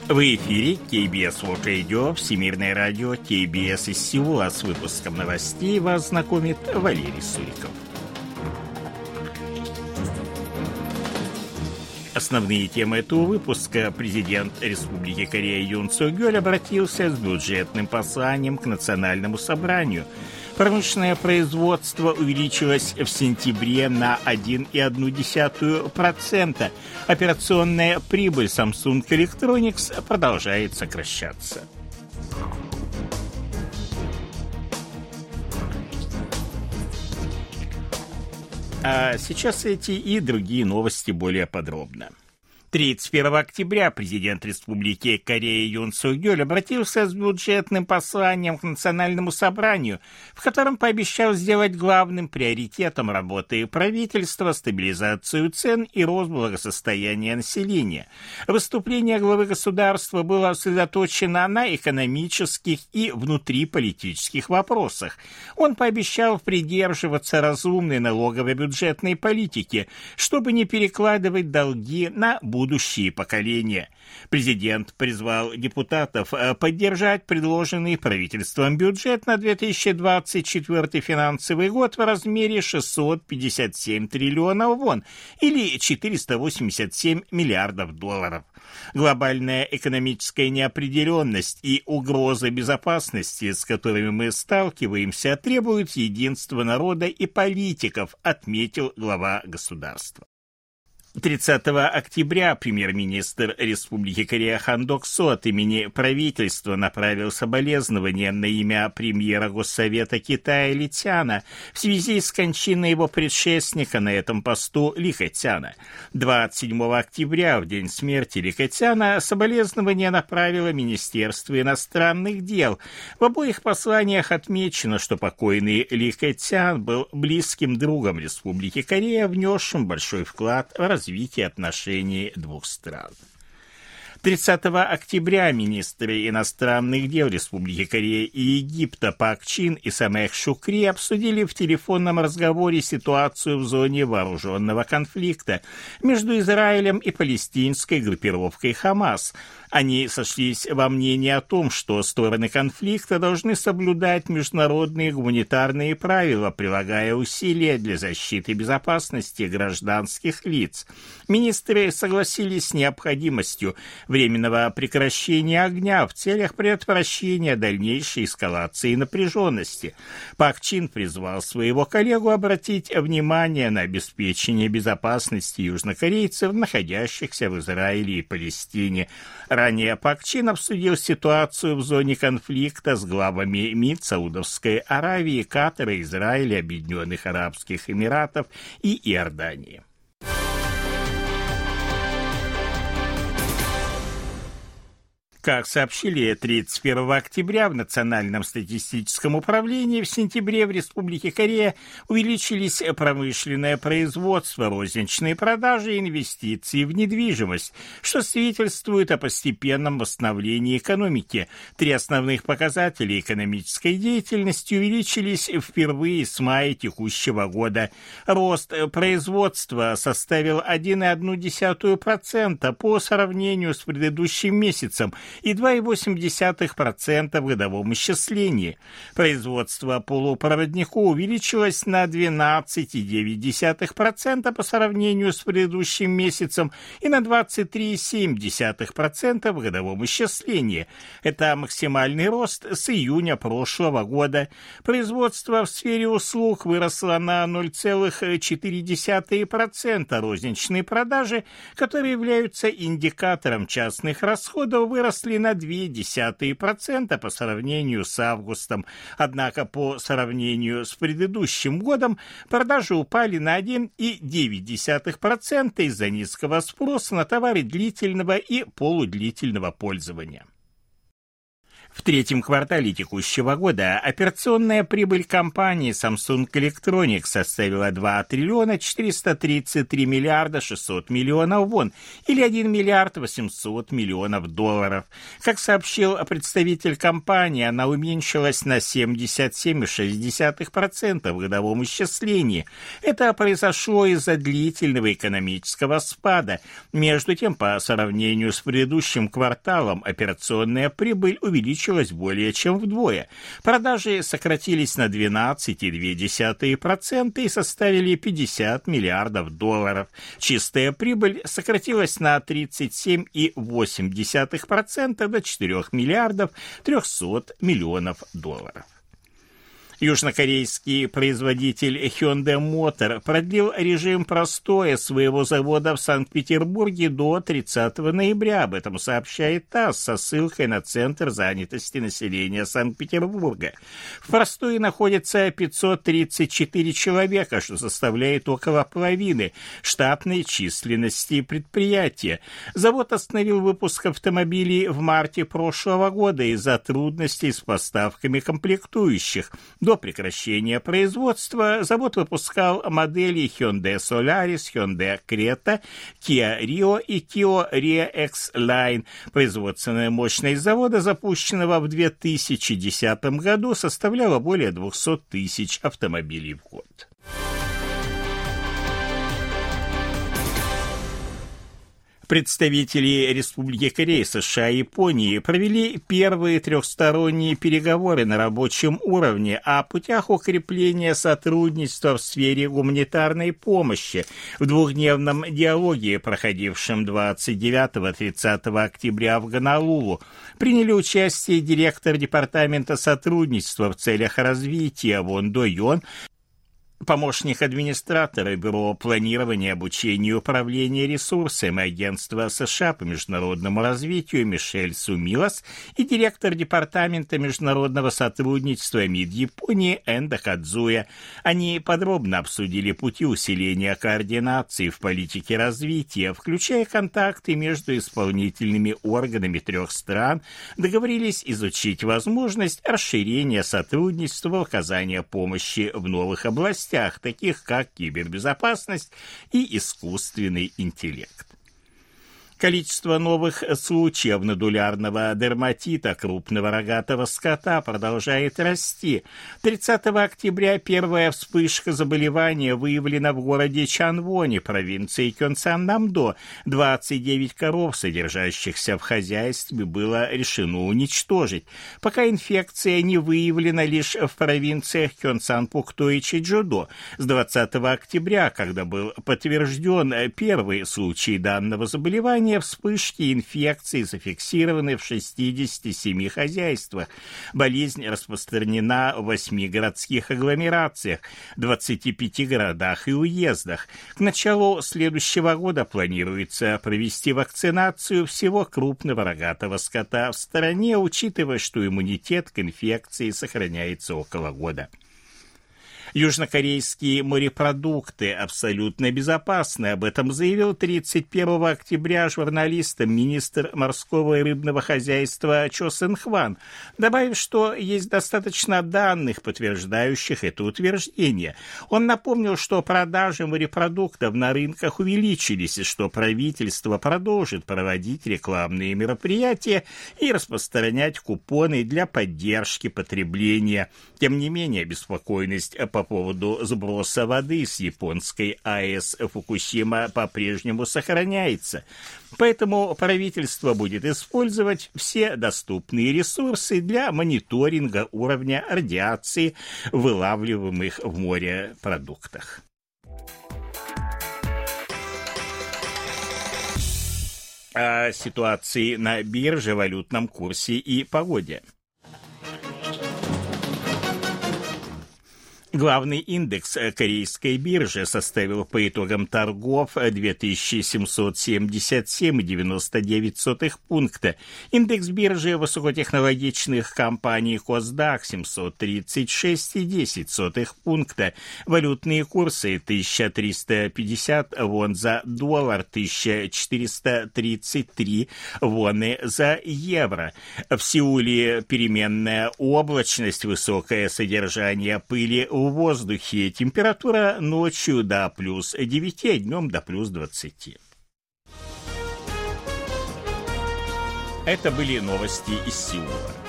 В эфире KBS World Radio, Всемирное радио, KBS из Сеула. С выпуском новостей вас знакомит Валерий Суриков. Основные темы этого выпуска. Президент Республики Корея Юн Сок Йоль обратился с бюджетным посланием к Национальному собранию. Промышленное производство увеличилось в сентябре на 1,1%. Операционная прибыль Samsung Electronics продолжает сокращаться. А сейчас эти и другие новости более подробно. 31 октября президент Республики Корея Юн Сок Йоль обратился с бюджетным посланием к Национальному собранию, в котором пообещал сделать главным приоритетом работы правительства стабилизацию цен и рост благосостояния населения. Выступление главы государства было сосредоточено на экономических и внутриполитических вопросах. Он пообещал придерживаться разумной налоговой бюджетной политики, чтобы не перекладывать долги на будущие поколения. Президент призвал депутатов поддержать предложенный правительством бюджет на 2024 финансовый год в размере 657 триллионов вон или 487 миллиардов долларов. Глобальная экономическая неопределенность и угроза безопасности, с которыми мы сталкиваемся, требуют единства народа и политиков, отметил глава государства. 30 октября премьер-министр Республики Корея Хан Док-со от имени правительства направил соболезнования на имя премьера Госсовета Китая Ли Цяна в связи с кончиной его предшественника на этом посту Ли Хэцяна. 27 октября, в день смерти Ли Хэцяна, соболезнования направило Министерство иностранных дел. В обоих посланиях отмечено, что покойный Ли Хэцян был близким другом Республики Корея, внесшим большой вклад в развитие отношений двух стран. 30 октября министры иностранных дел Республики Корея и Египта Пак Чин и Самех Шукри обсудили в телефонном разговоре ситуацию в зоне вооруженного конфликта между Израилем и палестинской группировкой Хамас. Они сошлись во мнении о том, что стороны конфликта должны соблюдать международные гуманитарные правила, прилагая усилия для защиты безопасности гражданских лиц. Министры согласились с необходимостью временного прекращения огня в целях предотвращения дальнейшей эскалации напряженности. Пак Чин призвал своего коллегу обратить внимание на обеспечение безопасности южнокорейцев, находящихся в Израиле и Палестине. Ранее Пак Чин обсудил ситуацию в зоне конфликта с главами МИД Саудовской Аравии, Катара, Израиля, Объединенных Арабских Эмиратов и Иордании. Как сообщили 31 октября в Национальном статистическом управлении, в сентябре в Республике Корея увеличились промышленное производство, розничные продажи и инвестиции в недвижимость, что свидетельствует о постепенном восстановлении экономики. 3 основных показателя экономической деятельности увеличились впервые с мая текущего года. Рост производства составил 1,1% по сравнению с предыдущим месяцем и 2,8% в годовом исчислении. Производство полупроводников увеличилось на 12,9% по сравнению с предыдущим месяцем и на 23,7% в годовом исчислении. Это максимальный рост с июня прошлого года. Производство в сфере услуг выросло на 0,4%. Розничные продажи, которые являются индикатором частных расходов, выросли на 0,2% по сравнению с августом. Однако по сравнению с предыдущим годом продажи упали на 1,9% из-за низкого спроса на товары длительного и полудлительного пользования. В третьем квартале текущего года операционная прибыль компании Samsung Electronics составила 2 триллиона 433 миллиарда 600 миллионов вон, или 1 миллиард 800 миллионов долларов. Как сообщил представитель компании, она уменьшилась на 77,6% в годовом исчислении. Это произошло из-за длительного экономического спада. Между тем, по сравнению с предыдущим кварталом, операционная прибыль увеличилась более чем вдвое. Продажи сократились на 12,2% и составили 50 миллиардов долларов. Чистая прибыль сократилась на 37,8% до 4 миллиардов 300 миллионов долларов. Южнокорейский производитель Hyundai Motor продлил режим простоя своего завода в Санкт-Петербурге до 30 ноября. Об этом сообщает ТАСС со ссылкой на Центр занятости населения Санкт-Петербурга. В простое находится 534 человека, что составляет около половины штатной численности предприятия. Завод остановил выпуск автомобилей в марте прошлого года из-за трудностей с поставками комплектующих. До прекращения производства завод выпускал модели Hyundai Solaris, Hyundai Creta, Kia Rio и Kia Rio X-Line. Производственная мощность завода, запущенного в 2010 году, составляла более 200 тысяч автомобилей в год. Представители Республики Корея, США и Японии провели первые трехсторонние переговоры на рабочем уровне о путях укрепления сотрудничества в сфере гуманитарной помощи. В двухдневном диалоге, проходившем 29-30 октября в Гонолулу, приняли участие директор Департамента сотрудничества в целях развития Вон До Йон, помощник администратора Бюро планирования, обучения и управления ресурсами Агентства США по международному развитию Мишель Сумилас и директор Департамента международного сотрудничества МИД Японии Энда Кадзуя. Они подробно обсудили пути усиления координации в политике развития, включая контакты между исполнительными органами трех стран, договорились изучить возможность расширения сотрудничества в оказании помощи в новых областях, таких как кибербезопасность и искусственный интеллект. Количество новых случаев нодулярного дерматита крупного рогатого скота продолжает расти. 30 октября первая вспышка заболевания выявлена в городе Чанвоне, провинции Кёнсан-Намдо. 29 коров, содержащихся в хозяйстве, было решено уничтожить. Пока инфекция не выявлена лишь в провинциях Кёнсан-Пукто и Чеджудо. С 20 октября, когда был подтвержден первый случай данного заболевания, вспышки инфекции зафиксированы в 67 хозяйствах. Болезнь распространена в 8 городских агломерациях, 25 городах и уездах. К началу следующего года планируется провести вакцинацию всего крупного рогатого скота в стране, учитывая, что иммунитет к инфекции сохраняется около года. Южнокорейские морепродукты абсолютно безопасны. Об этом заявил 31 октября журналистам министр морского и рыбного хозяйства Чо Сэн Хван, добавив, что есть достаточно данных, подтверждающих это утверждение. Он напомнил, что продажи морепродуктов на рынках увеличились и что правительство продолжит проводить рекламные мероприятия и распространять купоны для поддержки потребления. Тем не менее, беспокойность по поводу сброса воды с японской АЭС Фукусима по-прежнему сохраняется. Поэтому правительство будет использовать все доступные ресурсы для мониторинга уровня радиации в вылавливаемых в море продуктах. О ситуации на бирже, валютном курсе и погоде. Главный индекс корейской биржи составил по итогам торгов 2777,99 пункта. Индекс биржи высокотехнологичных компаний Косдак 736,10 пункта. Валютные курсы 1350 вон за доллар, 1433 воны за евро. В Сеуле переменная облачность, высокое содержание пыли в воздухе, температура ночью до плюс 9, а днем до плюс 20. Это были новости из Сеула.